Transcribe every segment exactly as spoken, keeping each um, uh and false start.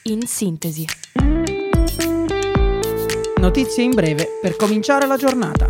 In sintesi. Notizie in breve per cominciare la giornata.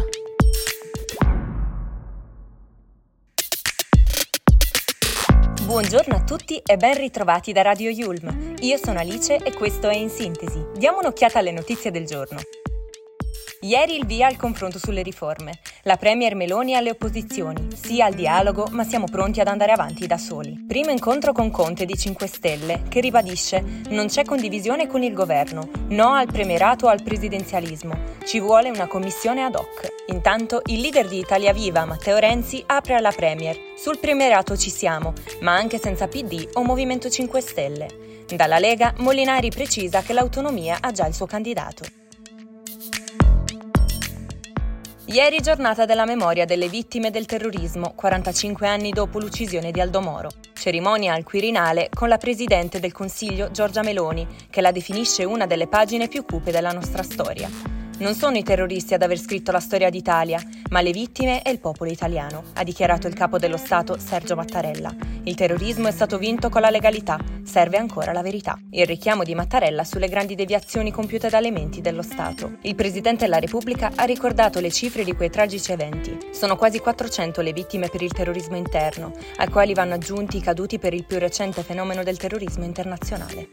Buongiorno a tutti e ben ritrovati da Radio Yulm. Io sono Alice e questo è In Sintesi. Diamo un'occhiata alle notizie del giorno. Ieri il via al confronto sulle riforme. La premier Meloni alle opposizioni. Sì al dialogo, ma siamo pronti ad andare avanti da soli. Primo incontro con Conte di cinque Stelle, che ribadisce: non c'è condivisione con il governo, no al premierato o al presidenzialismo. Ci vuole una commissione ad hoc. Intanto il leader di Italia Viva, Matteo Renzi, apre alla premier. Sul premierato ci siamo, ma anche senza P D o Movimento cinque Stelle. Dalla Lega, Molinari precisa che l'autonomia ha già il suo candidato. Ieri giornata della memoria delle vittime del terrorismo, quarantacinque anni dopo l'uccisione di Aldo Moro. Cerimonia al Quirinale con la Presidente del Consiglio Giorgia Meloni, che la definisce una delle pagine più cupe della nostra storia. Non sono i terroristi ad aver scritto la storia d'Italia, ma le vittime e il popolo italiano, ha dichiarato il capo dello Stato Sergio Mattarella. Il terrorismo è stato vinto con la legalità, serve ancora la verità. Il richiamo di Mattarella sulle grandi deviazioni compiute dalle menti dello Stato. Il Presidente della Repubblica ha ricordato le cifre di quei tragici eventi. Sono quasi quattrocento le vittime per il terrorismo interno, ai quali vanno aggiunti i caduti per il più recente fenomeno del terrorismo internazionale.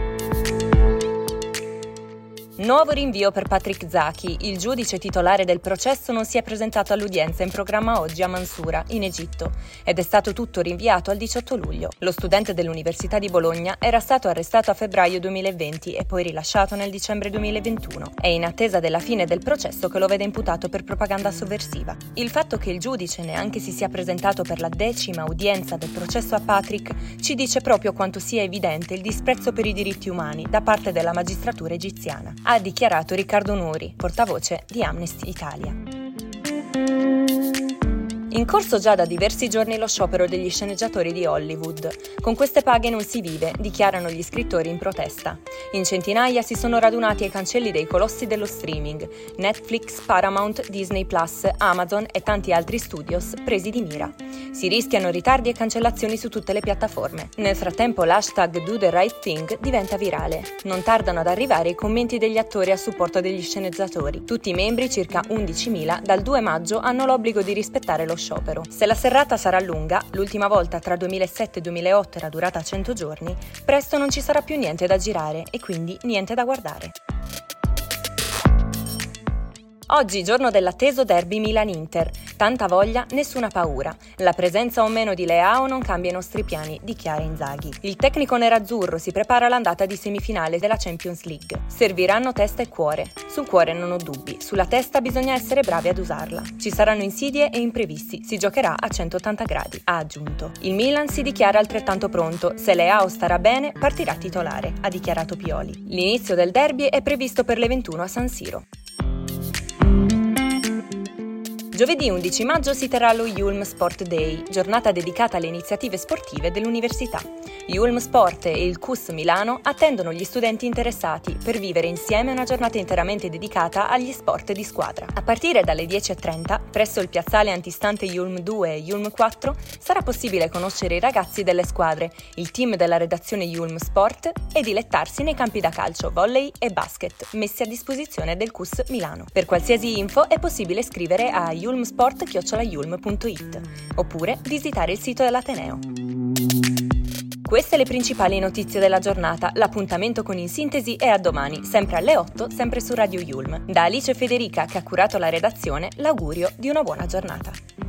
Nuovo rinvio per Patrick Zaki. Il giudice titolare del processo non si è presentato all'udienza in programma oggi a Mansura, in Egitto, ed è stato tutto rinviato al diciotto luglio. Lo studente dell'Università di Bologna era stato arrestato a febbraio duemilaventi e poi rilasciato nel dicembre duemilaventuno. È in attesa della fine del processo che lo vede imputato per propaganda sovversiva. Il fatto che il giudice neanche si sia presentato per la decima udienza del processo a Patrick ci dice proprio quanto sia evidente il disprezzo per i diritti umani da parte della magistratura egiziana, ha dichiarato Riccardo Nuri, portavoce di Amnesty Italia. In corso già da diversi giorni lo sciopero degli sceneggiatori di Hollywood. Con queste paghe non si vive, dichiarano gli scrittori in protesta. In centinaia si sono radunati ai cancelli dei colossi dello streaming: Netflix, Paramount, Disney Plus, Amazon e tanti altri studios presi di mira. Si rischiano ritardi e cancellazioni su tutte le piattaforme. Nel frattempo l'hashtag Do the Right Thing diventa virale. Non tardano ad arrivare i commenti degli attori a supporto degli sceneggiatori. Tutti i membri, circa undicimila, dal due maggio hanno l'obbligo di rispettare lo sciopero. Se la serrata sarà lunga, l'ultima volta tra duemilasette e duemilaotto era durata cento giorni, presto non ci sarà più niente da girare e quindi niente da guardare. Oggi, giorno dell'atteso derby Milan-Inter. Tanta voglia, nessuna paura. La presenza o meno di Leao non cambia i nostri piani, dichiara Inzaghi. Il tecnico nerazzurro si prepara all'andata di semifinale della Champions League. Serviranno testa e cuore. Sul cuore non ho dubbi, sulla testa bisogna essere bravi ad usarla. Ci saranno insidie e imprevisti, si giocherà a centottanta gradi, ha aggiunto. Il Milan si dichiara altrettanto pronto. Se Leao starà bene, partirà titolare, ha dichiarato Pioli. L'inizio del derby è previsto per le ventuno a San Siro. Giovedì undici maggio si terrà lo Yulm Sport Day, giornata dedicata alle iniziative sportive dell'università. Yulm Sport e il C U S Milano attendono gli studenti interessati per vivere insieme una giornata interamente dedicata agli sport di squadra. A partire dalle dieci e trenta, presso il piazzale antistante Yulm due e Yulm quattro, sarà possibile conoscere i ragazzi delle squadre, il team della redazione Yulm Sport e dilettarsi nei campi da calcio, volley e basket messi a disposizione del C U S Milano. Per qualsiasi info è possibile scrivere a yulmsport chiocciola yulm punto it oppure visitare il sito dell'Ateneo. Queste le principali notizie della giornata. L'appuntamento con In Sintesi è a domani, sempre alle otto, sempre su Radio Yulm. Da Alice Federica, che ha curato la redazione, l'augurio di una buona giornata.